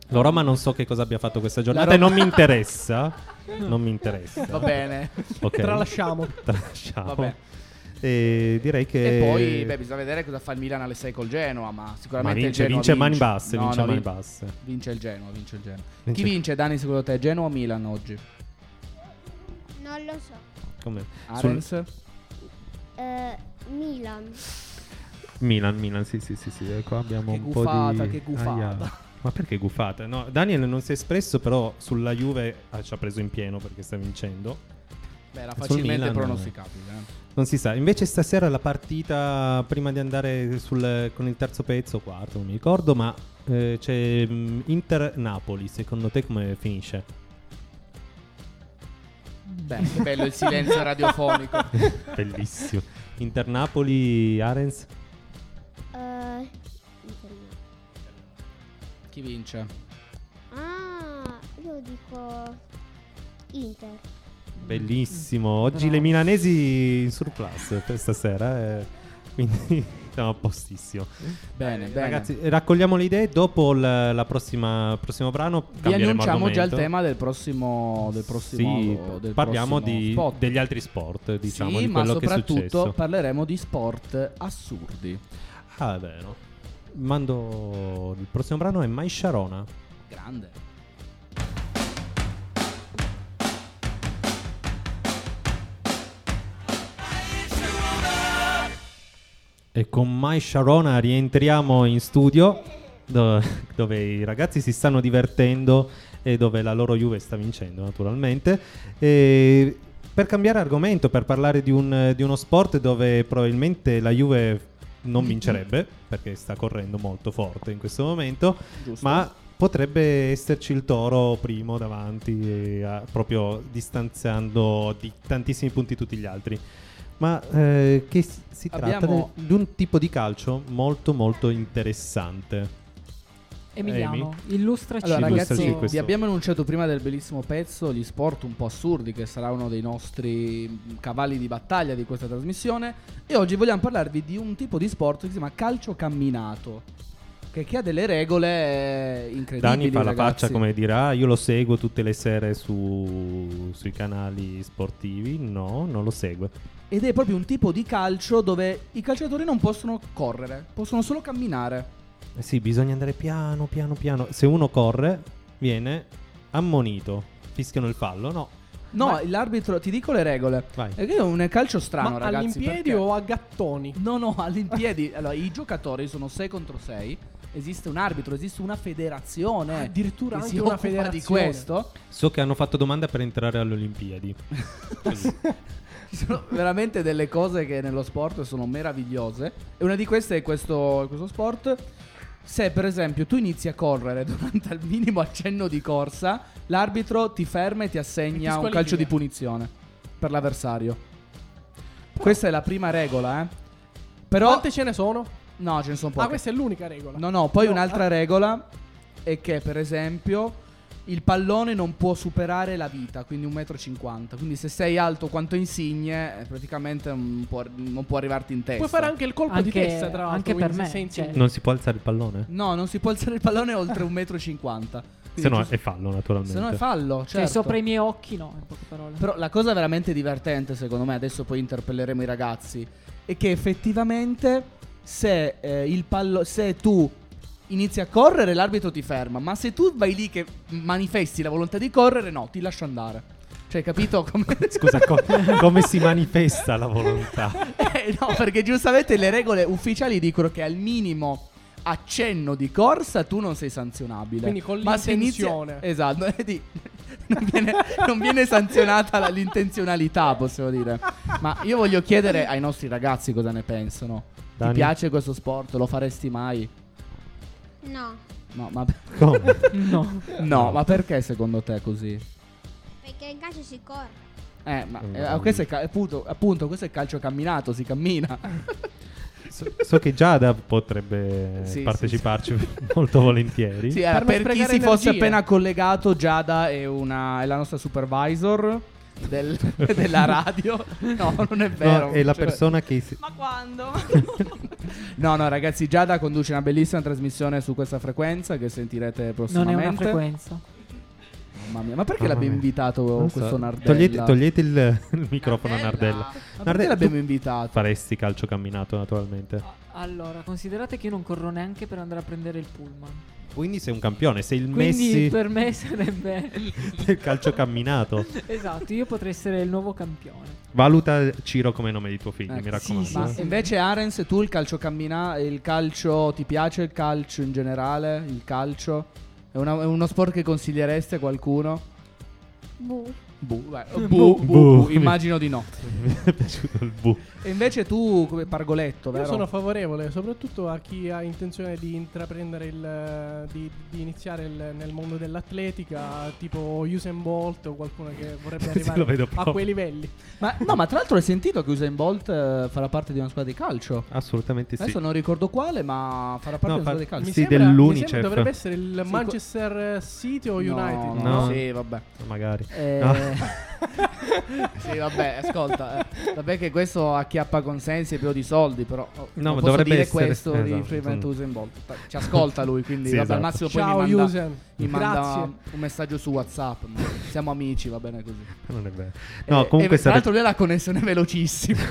La Roma non so che cosa abbia fatto questa giornata La e Roma- non mi interessa. Non mi interessa. Va bene. Ok. Tralasciamo. Tralasciamo. Vabbè. E direi che E poi beh, bisogna vedere cosa fa il Milan alle sei col Genoa, ma Ma sicuramente vince, il Genoa vince mani vince. basse, No, vince no, mani vin- basse. Vince il Genoa, vince il Genoa. Vince- Chi vince, Dani, secondo te? Genoa o Milan oggi? Non lo so. Come? Sul- Arens? Eh, Milan. Milan, Milan, sì, sì, sì, sì. E qua abbiamo Che un gufata, po' di che gufata. Aia. Ma perché gufata? No, Daniel non si è espresso, però sulla Juve ah, ci ha preso in pieno perché sta vincendo. Beh, era Sul facilmente Milan, pronosticabile. eh. Non si sa. Invece stasera la partita, prima di andare sul, con il terzo pezzo, quarto, non mi ricordo, ma eh, c'è mm, Inter-Napoli. Secondo te come finisce? Beh, che bello il silenzio radiofonico. Bellissimo. Inter-Napoli, Arens? Eh, Chi vince? ah, io dico Inter. Bellissimo. Oggi Bravo. le milanesi in surplus per stasera. eh, Quindi siamo a postissimo. Bene, Eh, bene. Ragazzi, raccogliamo le idee. Dopo la, la prossima prossimo brano Vi cambieremo annunciamo già il argomento. tema del prossimo del prossimo Sì, del parliamo prossimo di, spot. degli altri sport, diciamo, sì, di ma quello che è soprattutto successo. parleremo di sport assurdi. Ah, è vero. Mando il prossimo brano è Mai Sharona. Grande. E con Mai Sharona rientriamo in studio do- dove i ragazzi si stanno divertendo e dove la loro Juve sta vincendo naturalmente. E per cambiare argomento, per parlare di, un- di uno sport dove probabilmente la Juve non vincerebbe perché sta correndo molto forte in questo momento, Giusto. ma potrebbe esserci il Toro primo davanti, e, ah, proprio distanziando di tantissimi punti tutti gli altri. Ma eh, che si, si tratta Abbiamo- de- di un tipo di calcio molto molto interessante. Emiliano, illustraci Allora Illustraci ragazzi, questo. vi abbiamo annunciato prima del bellissimo pezzo gli sport un po' assurdi, che sarà uno dei nostri mm, cavalli di battaglia di questa trasmissione, e oggi vogliamo parlarvi di un tipo di sport che si chiama calcio camminato, che, che ha delle regole eh, incredibili. Dani fa la ragazzi. faccia come dirà: "Ah, io lo seguo tutte le sere su, sui canali sportivi". No, non lo segue. Ed è proprio un tipo di calcio dove i calciatori non possono correre, possono solo camminare. Eh sì, bisogna andare piano, piano, piano. Se uno corre, viene ammonito. Fischiano il fallo, no? No, Ma- l'arbitro, ti dico le regole. Vai. È che è un calcio strano, Ma ragazzi. all'impiedi perché- o a gattoni? No, no, all'impiedi. Allora, i giocatori sono sei contro sei. Esiste un arbitro, esiste una federazione. Addirittura che anche si una occupa federazione. di questo. So che hanno fatto domanda per entrare alle Olimpiadi. Ci sono veramente delle cose che nello sport sono meravigliose. E una di queste è questo, questo sport. Se per esempio tu inizi a correre durante il minimo accenno di corsa, l'arbitro ti ferma e ti E assegna ti un squalifica. calcio di punizione per l'avversario. Questa è la prima regola, eh. Però Quante ce ne sono? no, ce ne sono poche. Ah, questa è l'unica regola. No, no, poi No, un'altra ah. regola è che, per esempio, il pallone non può superare la vita, quindi un metro e cinquanta. Quindi se sei alto quanto Insigne, eh, praticamente non può, non può arrivarti in testa. Puoi fare anche il colpo di Anche- testa, tra l'altro. anche per quindi se me, sei Insigne. cioè- Non si può alzare il pallone? No, non si può alzare il pallone oltre un metro e cinquanta. Se no Quindi è fallo, naturalmente. se no è fallo, Cioè, certo. sopra i miei occhi, no, in poche parole. Però la cosa veramente divertente, secondo me, adesso poi interpelleremo i ragazzi, è che effettivamente se eh, il pallo se tu inizi a correre, l'arbitro ti ferma, ma se tu vai lì che manifesti la volontà di correre, no, ti lascia andare. Cioè, capito come Scusa, co- come si manifesta la volontà? Eh, no, perché giustamente le regole ufficiali dicono che al minimo accenno di corsa tu non sei sanzionabile. Quindi con Ma se inizia- l'intenzione. Esatto, eh, di- non, viene, non viene sanzionata la- l'intenzionalità, possiamo dire. Ma io voglio chiedere ai nostri ragazzi cosa ne pensano. Dani? Ti piace questo sport? Lo faresti mai? No, No, ma, Come? No. no, ma perché secondo te è così? perché in calcio si corre. Eh, ma Mm. eh, questo è ca- appunto, appunto, questo è calcio camminato, si cammina. So, so che Giada potrebbe Sì, parteciparci molto volentieri. Sì, allora, Per non per chi si sprecare fosse energie. appena collegato, Giada è, una, è la nostra supervisor del- della radio. No, non è vero. No, è la Cioè- persona che si- Ma quando? No, no, ragazzi, Giada conduce una bellissima trasmissione su questa frequenza che sentirete Non è prossimamente. una frequenza. Mamma mia, ma perché Mamma l'abbiamo mia. invitato Non so. questo Nardella? Togliete, togliete il, il microfono a Nardella. Ma perché Nardella, l'abbiamo tu invitato? faresti calcio camminato naturalmente. Allora, considerate che io non corro neanche per andare a prendere il pullman. Quindi sei un campione, sei il Quindi Messi per me sarebbe del calcio camminato. esatto, io potrei essere il nuovo campione. Valuta Ciro come nome di tuo figlio, Ecco. mi raccomando. Sì, Ma sì. invece Arens, tu il calcio cammina, il calcio, ti piace il calcio in generale? Il calcio? È, una- è uno sport che consigliereste a qualcuno? Bu. Bu, beh, Bu. bu, bu, Bu. bu, immagino di no. Mi è piaciuto il bu. E invece tu, come Pargoletto, Io vero? sono favorevole, soprattutto a chi ha intenzione di intraprendere il di, di iniziare il- nel mondo dell'atletica, tipo Usain Bolt o qualcuno che vorrebbe Sì, arrivare lo vedo a proprio. quei livelli. Ma, no, ma tra l'altro hai sentito che Usain Bolt eh, farà parte di una squadra di calcio? Assolutamente sì. Adesso non ricordo quale, ma farà parte No, di una fa- squadra di calcio. Mi Sì, sembra, dell'Unicef. mi sembra dovrebbe essere il Sì, Manchester City o No, United. no, No. sì, vabbè. Magari. Eh, No. sì, vabbè, ascolta. eh, vabbè che questo acchiappa consensi e più di soldi, però oh, No, non ma posso dovrebbe dire essere- questo di esatto, riferimento a insomma. Usain Bolt. Ci ascolta lui, quindi Sì, vabbè, al esatto. massimo poi Ciao mi manda, Usain, mi manda grazie. un messaggio su WhatsApp. ma siamo amici, va bene così. Non è vero. No, Eh, comunque e tra sarebbe l'altro lui ha la connessione velocissima.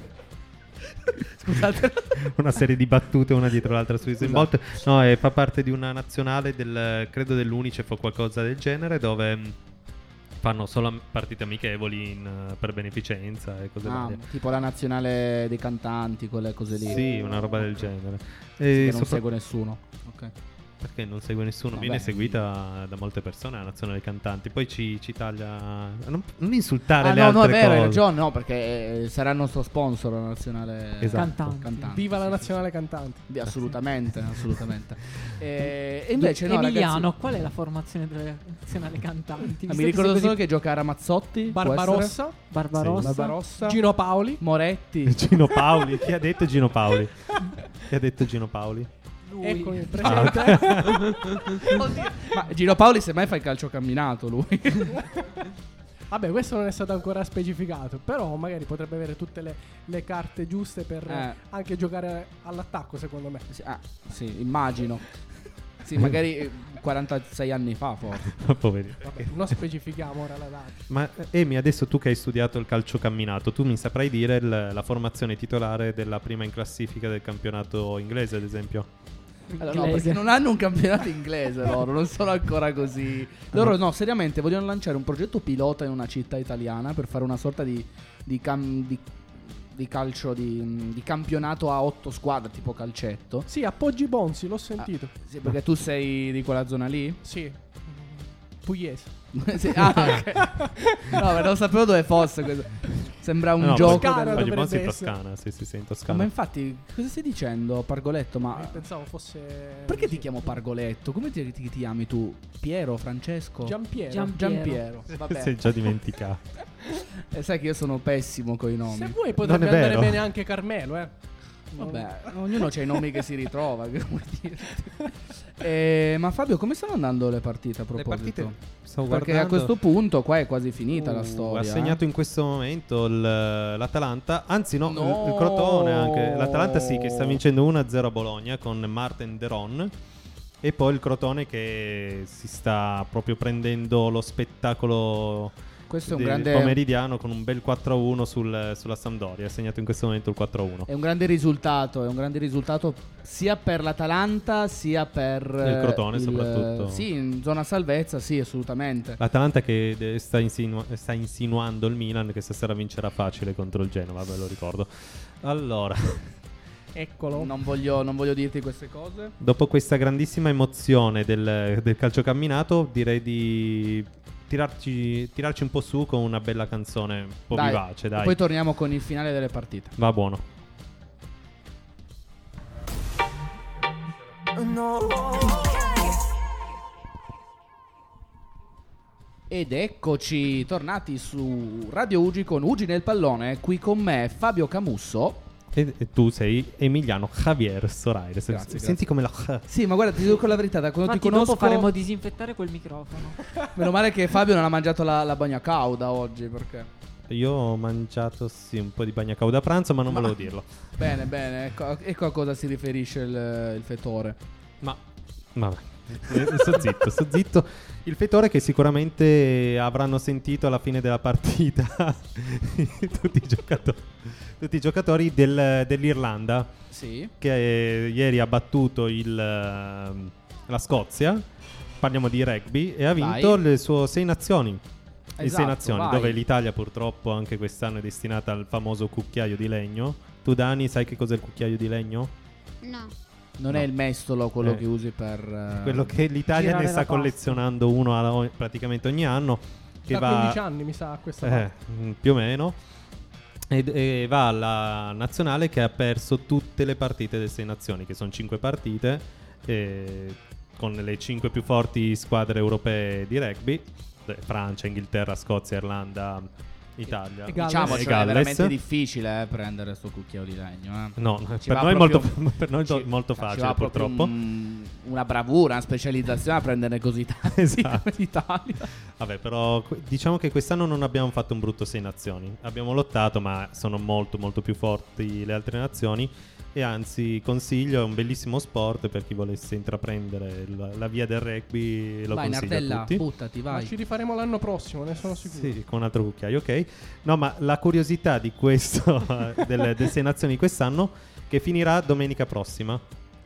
Scusate. una serie di battute una dietro l'altra su Usain Esatto. Bolt. No, e fa parte di una nazionale del credo dell'Unicef o qualcosa del genere, dove mh, fanno solo partite amichevoli in, eh, per beneficenza e cose Ah, varie. tipo la nazionale dei cantanti, quelle cose lì. Sì, una roba del genere. Sì, E che non sopra- segue nessuno. Ok. Perché non segue nessuno, Vabbè. viene seguita da molte persone la nazionale dei cantanti. Poi ci, ci taglia. Non, non insultare Ah, le no, altre no, è vero, hai cose. ragione, no, perché eh, sarà il nostro sponsor la nazionale Esatto. Cantanti. Viva la sì, nazionale cantante. sì. Assolutamente, assolutamente. E, e invece no, Emiliano, ragazzi, qual è la formazione della nazionale cantanti? ah, Visto mi che ricordo sei solo così- che gioca a Ramazzotti, può essere? Barbarossa, Barbarossa. Barbarossa, Gino Paoli. Moretti. Gino Paoli. Chi ha detto Gino Paoli? Chi ha detto Gino Paoli? Lui. Eccomi Ah, presente. Oddio. Ma Gino Paoli semmai fa il calcio camminato lui. Vabbè, questo non è stato ancora specificato, però magari potrebbe avere tutte le, le carte giuste per Eh. anche giocare all'attacco, secondo me. Sì, ah, sì, immagino. Sì, magari eh, quarantasei anni fa forse. Poverino. Vabbè, non specifichiamo ora la data. Ma Emi, adesso tu che hai studiato il calcio camminato, tu mi saprai dire il- la formazione titolare della prima in classifica del campionato inglese, ad esempio? Allora, no, Inglese. perché non hanno un campionato inglese loro, non sono ancora così. Loro no, seriamente vogliono lanciare un progetto pilota in una città italiana per fare una sorta di, di, cam- di- di calcio, di, di campionato a otto squadre, tipo calcetto. Sì, appoggi Bonzi, l'ho sentito. Sì, perché tu sei di quella zona lì? Sì. Pugliese. Sì, ah, ok. No, ma non sapevo dove fosse questo. Sembra un No, gioco. Toscana del- Oggi dovrebbe Bonzi in essere. Toscana, sì, sì, sì, in Ma Toscana. infatti, cosa stai dicendo, Pargoletto? Ma Eh, pensavo fosse. perché ti chiamo Pargoletto? Come ti, ti- ti chiami tu? Piero, Francesco? Giampiero. Gian- Giampiero. Vabbè. Sei già dimenticato. E sai che io sono pessimo con i nomi. Se vuoi potrebbe Non è andare vero. bene anche Carmelo, eh. Vabbè, ognuno ha i nomi che si ritrova. Che vuoi dirti? Eh, ma Fabio, come stanno andando le partite a Le proposito? partite stavo Perché guardando. a questo punto qua è quasi finita la Uh, storia. Ha segnato eh. in questo momento il- l'Atalanta, anzi no, No. il, il Crotone anche. L'Atalanta sì, che sta vincendo uno a zero a Bologna con Martin Deron. E poi il Crotone che si sta proprio prendendo lo spettacolo Questo è un del grande pomeridiano con un bel quattro a uno sul- sulla Sampdoria. Ha segnato in questo momento il quattro a uno. È un grande risultato, è un grande risultato sia per l'Atalanta sia per Il eh, Crotone il- soprattutto. Sì, in zona salvezza, sì, assolutamente. L'Atalanta che de- sta, insinu- sta insinuando il Milan che stasera vincerà facile contro il Genova, ve lo ricordo. Allora, Eccolo. Non voglio, non voglio dirti queste cose. dopo questa grandissima emozione del, del calcio camminato, direi di tirarci, tirarci un po' su con una bella canzone un po' Dai, vivace, dai. Poi torniamo con il finale delle partite. Va buono. Ed eccoci tornati su Radio Ugi con Ugi nel pallone. Qui con me Fabio Camusso. E, e tu sei Emiliano Javier Soraires. Grazie, Senti grazie. come la H. Sì, ma guarda, ti dico la verità, da quando Infatti ti conosco... dopo faremo disinfettare quel microfono. Meno male che Fabio non ha mangiato la, la bagna cauda oggi, perché... Io ho mangiato sì un po' di bagna cauda a pranzo, ma non Ma- volevo dirlo. Bene, bene, ecco, ecco a cosa si riferisce il, il fetore. Ma vabbè, eh, sto zitto, sto zitto. Il fetore che sicuramente avranno sentito alla fine della partita tutti i giocatori, tutti i giocatori del- dell'Irlanda Sì. che eh, ieri ha battuto il, ehm, la Scozia. Parliamo di rugby e ha vinto Vai. le sue sei nazioni. Le sei Esatto, nazioni, vai. dove l'Italia purtroppo anche quest'anno è destinata al famoso cucchiaio di legno. Tu Dani sai che cos'è il cucchiaio di legno? No. Non No. è il mestolo quello Eh. che usi per... eh, Quello che l'Italia girare ne sta la pasta. collezionando uno a- o- praticamente ogni anno. Che Da va quindici anni mi sa questa eh, parte. mm, più o meno. Ed- E, va alla nazionale che ha perso tutte le partite delle sei nazioni, che sono cinque partite, eh, con le cinque più forti squadre europee di rugby: eh, Francia, Inghilterra, Scozia, Irlanda, Italia. e Galles. Diciamo, E cioè, è Galles. veramente difficile eh, prendere sto cucchiaio di legno. Eh. No, Ci per va noi, è proprio- molto, per noi ci- molto cioè, ci facile va proprio purtroppo. un- una bravura, una specializzazione a prendere così tanti Esatto. come l'Italia. Vabbè, però que- diciamo che quest'anno non abbiamo fatto un brutto sei nazioni. Abbiamo lottato, ma sono molto molto più forti le altre nazioni. E anzi, consiglio, è un bellissimo sport per chi volesse intraprendere la, la via del rugby. Lo Vai consiglio a Nardella, tutti. buttati, Ma vai. ci rifaremo l'anno prossimo, ne sono sicuro. Sì, con un altro cucchiaio, ok. No, ma la curiosità di questo delle, delle sei nazioni quest'anno, che finirà domenica prossima.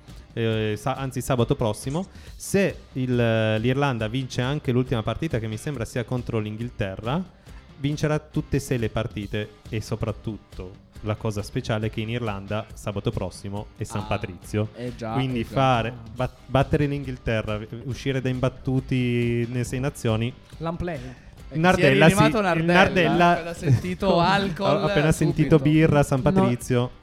Eh, sa- anzi sabato prossimo, se il- l'Irlanda vince anche l'ultima partita, che mi sembra sia contro l'Inghilterra, vincerà tutte e sei le partite. E soprattutto la cosa speciale è che in Irlanda sabato prossimo è San Ah, Patrizio, eh già, quindi eh già. fare bat- battere l'Inghilterra, uscire da imbattuti nelle sei nazioni. L'unplay. Eh, Nardella, si è rianimato sì, Nardella, Nardella- ha appena sentito alcol, ha appena subito. sentito birra San No. Patrizio.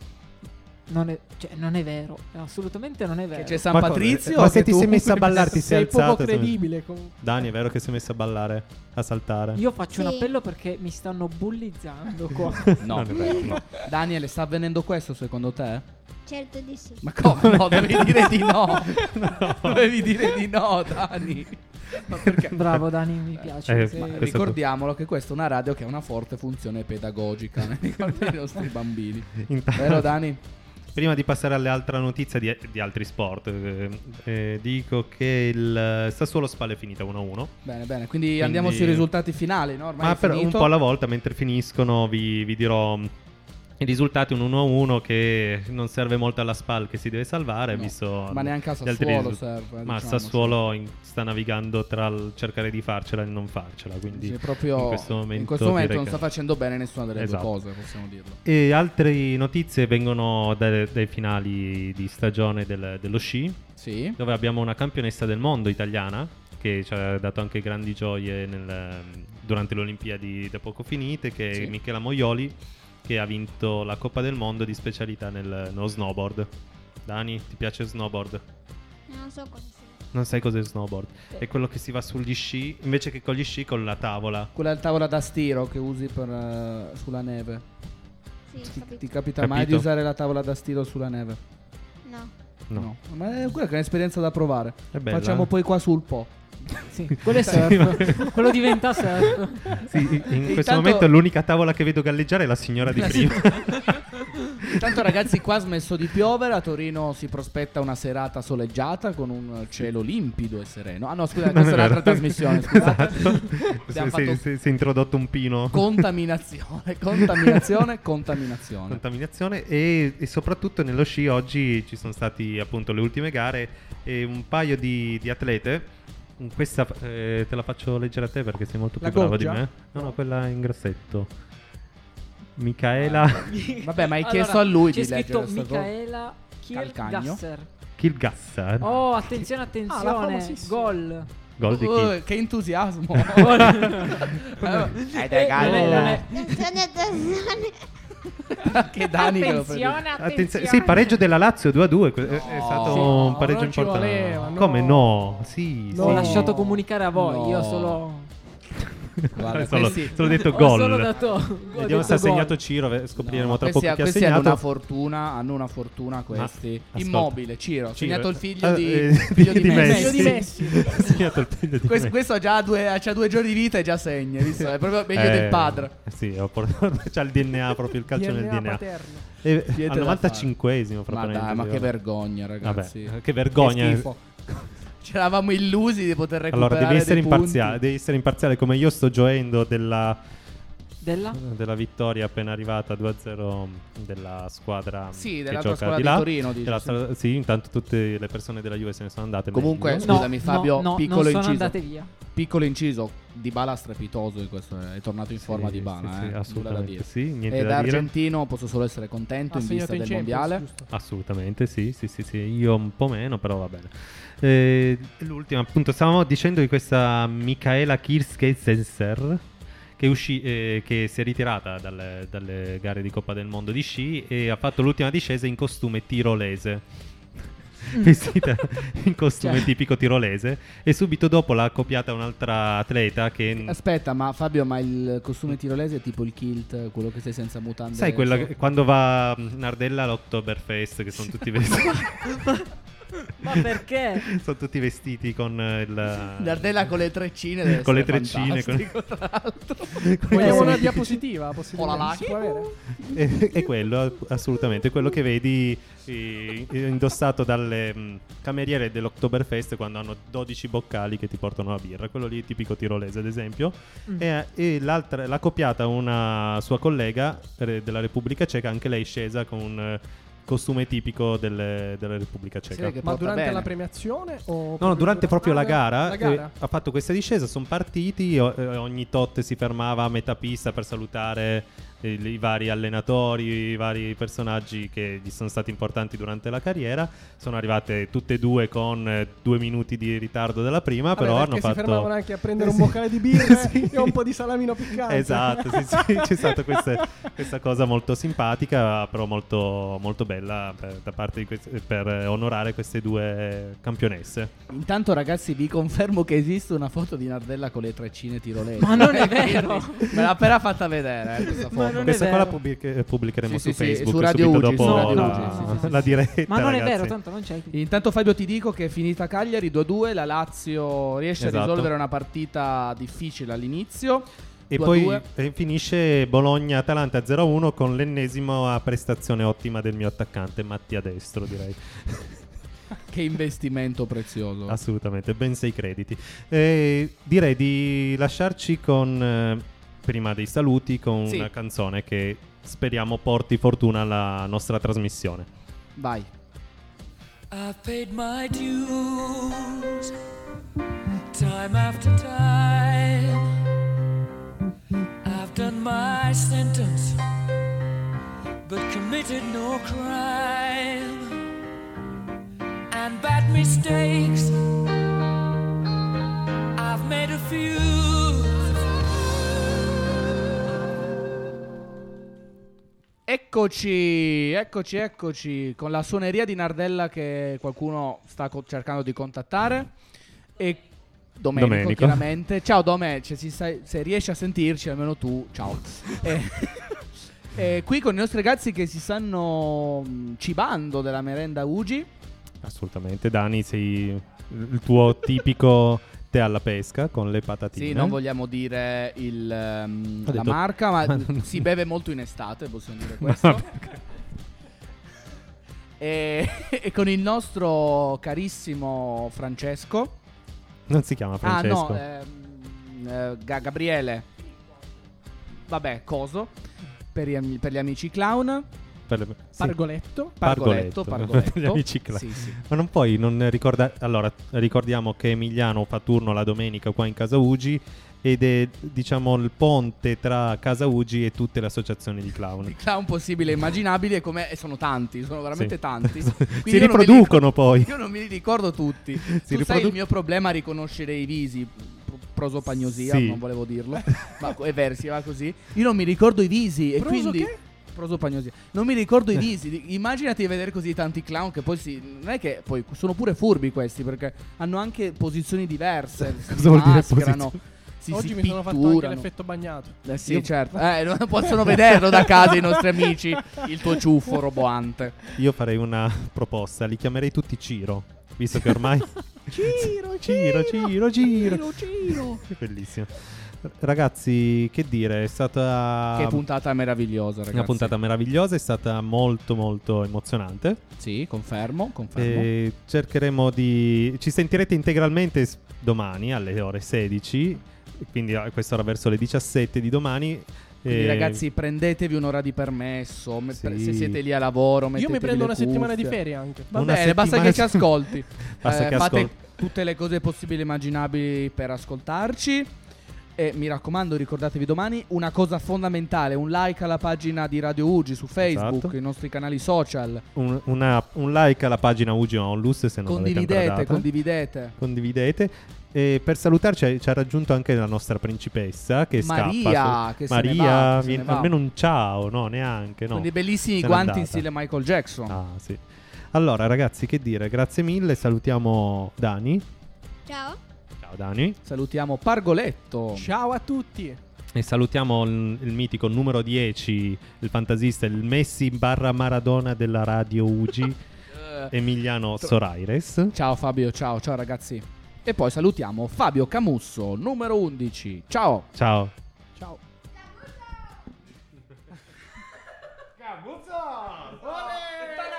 Non è, cioè, non è vero, assolutamente non è vero. Che c'è San Ma cosa- Patrizio. ma o se che ti tu- sei messo a ballare, ti sei Sei poco alzato. credibile. comunque. Dani, è vero che sei messo a ballare, a saltare? Io faccio un Sì. appello perché mi stanno bullizzando qua. No, Non è vero, no. Daniele, sta avvenendo questo secondo te? Certo di sì. Ma come no? Dovevi dire di no. Dovevi dire di no, Dani. Ma perché? Bravo Dani, mi piace. Eh, sei- ma- Ma Questo- ricordiamolo che questa è una radio che ha una forte funzione pedagogica nei riguardi dei nostri bambini. Intanto- Vero Dani? Prima di passare alle altre notizie di, di altri sport, eh, eh, dico che il Sassuolo Spal è finita uno a uno. Bene, bene. Quindi, andiamo sui risultati finali, no? Ormai Ma è per un finito. po' alla volta, mentre finiscono, vi, vi dirò i risultati. Un uno a uno che non serve molto alla Spal, che si deve salvare, No, visto ma neanche a gli altri Sassuolo risu- serve, Ma diciamo, Sassuolo in- sta navigando tra il cercare di farcela e il non farcela, quindi Sì, proprio in questo momento, in questo momento direi non che- sta facendo bene nessuna delle Esatto. due cose, possiamo dirlo. E altre notizie vengono dai, dai finali di stagione del- dello sci, Sì. dove abbiamo una campionessa del mondo italiana che ci ha dato anche grandi gioie nel- durante le Olimpiadi da poco finite, che Sì. è Michela Moioli, che ha vinto la Coppa del Mondo di specialità nel, nello snowboard. Dani, ti piace il snowboard? Non so cosa sia. Non sai cos'è il snowboard? È quello che si va sugli sci, invece che con gli sci, con la tavola. Quella è il tavola da stiro che usi per, eh, sulla neve. Sì, Ti, capito. ti capita Capito. mai di usare la tavola da stiro sulla neve? No. No. Ma è quella che è un'esperienza da provare. È bella. Facciamo poi qua sul Po. Sì, quello è surf. Quello diventa surf. Sì, in Intanto- questo momento l'unica tavola che vedo galleggiare è la signora di La prima. Intanto ragazzi, qua ha smesso di piovere, a Torino si prospetta una serata soleggiata con un cielo limpido e sereno. Ah no, scusate, Non questa è è un'altra vero. trasmissione, scusate. Esatto. Abbiamo si, fatto si- si è introdotto un pino. contaminazione, contaminazione, contaminazione. Contaminazione e, e soprattutto nello sci oggi ci sono stati appunto le ultime gare e un paio di, di atlete. Questa eh, te la faccio leggere a te perché sei molto più La bravo goggia? di me. No, no, quella in grassetto. Micaela Vabbè, ma hai Allora, chiesto a lui c'è di leggere scritto questa cosa. Michaela Calcagno. Kirchgasser. Kilgassar. Oh, attenzione, Ah, la attenzione. famosissima. Gol. Gol di chi? Oh, che entusiasmo. Eh, Eh, dai, non è- non è- Attenzione, attenzione. che Dani che lo prende. Attenzione, Attenzio- attenzione. sì, pareggio della Lazio due a due. È, è stato Sì. un pareggio non ci importante. voleva, no. Come no? Sì, No. Ho sì. lasciato comunicare a voi, No. io solo Guarda, solo, questi- solo detto Ho gol. solo dato- ho Vediamo detto se ha gol. segnato Ciro, ve- scopriremo No, tra questi, poco chi ha questi hanno segnato. una fortuna, hanno una fortuna questi. ascolta. Immobile, Ciro, ha Ciro, segnato il figlio eh, di, eh, figlio di di Messi. Figlio di Messi. Ha segnato il figlio di Questo, Messi. questo ha già due, c'ha due giorni di vita e già segna, visto? È proprio meglio Eh, del padre. Sì, ho portato- c'ha il D N A, proprio il calcio nel D N A. paterno. E Niente al da novantacinquesimo Ma proprio. dai, ma che vergogna, ragazzi. Vabbè, che vergogna. Che schifo. Ci eravamo illusi di poter recuperare Allora, devi essere dei punti. imparziale, devi essere imparziale come io sto gioendo della, Della? della vittoria appena arrivata due a zero della squadra Sì, che dell'altra gioca squadra di di là. Torino, dici, Della sì. stra- sì, intanto tutte le persone della Juve se ne sono andate. Comunque, meglio. No, scusami, no, Fabio, no, piccolo non sono inciso. andate via. Piccolo inciso, Dybala strepitoso in questo, è tornato in forma Sì, Dybala, sì, eh, sì, nulla da assolutamente dire. sì, niente E da da dire. argentino posso solo essere contento Ha in vista segnato del in Champions, mondiale. giusto? Assolutamente sì, sì, sì, sì, io un po' meno, però va bene. Eh, l'ultima, appunto, stavamo dicendo di questa Michaela Kirchheiser che, uscì, eh, che si è ritirata dalle, dalle gare di Coppa del Mondo di sci e ha fatto l'ultima discesa in costume tirolese. Vestita in costume Cioè. tipico tirolese e subito dopo l'ha copiata un'altra atleta che Aspetta, ma Fabio, ma il costume tirolese è tipo il kilt, quello che sei senza mutande? sai quella so- che- quando va Nardella all'Oktoberfest che sono tutti vestiti Ma perché? sono tutti vestiti con il Nardella con le treccine deve con le essere treccine con- fantastico, tra l'altro. Vogliamo Eh, una sì. diapositiva? Possibilmente? Oh là là. Si può avere? è, è quello assolutamente quello che vedi eh, indossato dalle mh, cameriere dell'Oktoberfest quando hanno dodici boccali che ti portano la birra, quello lì è tipico tirolese ad esempio. Mm. e, e l'altra l'ha copiata una sua collega eh, della Repubblica Ceca, anche lei scesa con un eh, costume tipico delle- della Repubblica Sì, Ceca. che Ma porta durante bene. la premiazione? O No, no, durante proprio la Ah, gara, la gara? eh, ha fatto questa discesa, sono partiti, o- eh, ogni tot si fermava a metà pista per salutare eh, i vari allenatori, i vari personaggi che gli sono stati importanti durante la carriera. Sono arrivate tutte e due con eh, due minuti di ritardo della prima, Vabbè, però perché hanno si fatto... fermavano anche a prendere un Sì. boccale di birra Sì. e un po' di salamino piccante. Esatto, sì, sì, c'è stata questa, questa cosa molto simpatica, però molto, molto bella per, da parte di queste- per eh, onorare queste due campionesse. Intanto, ragazzi, vi confermo che esiste una foto di Nardella con le treccine tirolesi. Ma non è vero. Me l'ha appena fatta vedere, eh, questa Ma foto. non è Questa qua la vero. pubblic- pubblicheremo Sì, su sì, sì, Facebook su Radio subito Ugi, dopo su Radio la, Ugi, sì, sì, sì. la diretta. Ma non è ragazzi. vero, tanto non c'è. Intanto, Fabio, ti dico che è finita Cagliari due a due. La Lazio riesce Esatto. a risolvere una partita difficile all'inizio. E due a poi due. eh, finisce Bologna-Atalanta zero a uno con l'ennesima prestazione ottima del mio attaccante Mattia Destro, direi. Che investimento prezioso. Assolutamente, ben sei crediti. E direi di lasciarci con, eh, prima dei saluti, con Sì. una canzone che speriamo porti fortuna alla nostra trasmissione. Vai. I've paid my dues time after time. I've done my sentence but committed no crime. And bad mistakes I've made a few. Eccoci, eccoci, eccoci con la suoneria di Nardella che qualcuno sta co- cercando di contattare e Domenico, Domenico. chiaramente. Ciao Dome, cioè, si sai- se riesci a sentirci almeno tu, ciao. e, e qui con i nostri ragazzi che si stanno mh, cibando della merenda Ugi. Assolutamente, Dani, sei il tuo tipico tè alla pesca con le patatine. Sì, non vogliamo dire il, ehm, Ho la detto- marca, ma ma non- si beve molto in estate, possiamo dire Ma questo. e, e con il nostro carissimo Francesco. Non si chiama Francesco. Ah no, ehm, eh, Ga- Gabriele. Vabbè, coso. Per, gli ami- per gli amici clown. Per le- sì. Pargoletto. Pargoletto, Pargoletto, Pargoletto. per gli amici clown. Sì, sì. Ma non puoi non ricordare. Allora, ricordiamo che Emiliano fa turno la domenica qua in Casa Ugi ed è, diciamo, il ponte tra Casa Ugi e tutte le associazioni di clown. I clown possibili e immaginabili e, come, e sono tanti, sono veramente Sì. tanti. Si Quindi io non mi riproducono ricordo- poi. Io non mi li ricordo tutti. Tu sai riprodu- il mio problema a riconoscere i visi. Pro- Prosopagnosia, Sì. non volevo dirlo. Ma è versi, va così. Io non mi ricordo i visi e Proso quindi che? prosopagnosia. Non mi ricordo i visi. Immaginati vedere così tanti clown che poi si non è che poi sono pure furbi questi perché hanno anche posizioni diverse. Cosa vuol dire mascherano. posizioni? si, Oggi si mi sono fatto anche pitturano. l'effetto bagnato. Eh sì, Io- certo. Eh, non possono vederlo da casa i nostri amici, il tuo ciuffo roboante. Io farei una proposta, li chiamerei tutti Ciro, visto che ormai... Ciro, Ciro, Ciro, Ciro. Ciro, Ciro. Che bellissimo. Ragazzi, che dire, è stata Che puntata meravigliosa, ragazzi. una puntata meravigliosa, è stata molto molto emozionante. Sì, confermo, confermo. E cercheremo di... Ci sentirete integralmente s- domani alle ore sedici, quindi a quest'ora verso le diciassette di domani. Quindi E- ragazzi, prendetevi un'ora di permesso, me- Sì. pre- se siete lì a lavoro, Io mi mettetevi prendo le una settimana di cuffie. ferie anche. Va Una bene, basta che ci settimana- ascolti. Basta Eh, che fate ascolti. tutte le cose possibili e immaginabili per ascoltarci. E mi raccomando, ricordatevi domani una cosa fondamentale: un like alla pagina di Radio Ugi su Facebook, Esatto. i nostri canali social. Un, una- un like alla pagina Ugi Onlus se non l'avete ancora Condividete, data. condividete. Condividete. E per salutarci ci ha raggiunto anche la nostra principessa che Maria, scappa. che se ne Maria, va, che se vieni- ne va. almeno un ciao, no, neanche, no. Con dei bellissimi Se n'è guanti in andata. stile Michael Jackson. Ah, sì. Allora, ragazzi, che dire? Grazie mille. Salutiamo Dani. Ciao. Ciao Dani. Salutiamo Pargoletto. Ciao a tutti. E salutiamo il, il mitico numero dieci, il fantasista, il Messi barra Maradona della Radio Ugi, Eh, Emiliano tro- Soraires. Ciao Fabio, ciao, ciao ragazzi. E poi salutiamo Fabio Camusso, numero undici. Ciao. Ciao. Ciao. Camuzzo! Olè!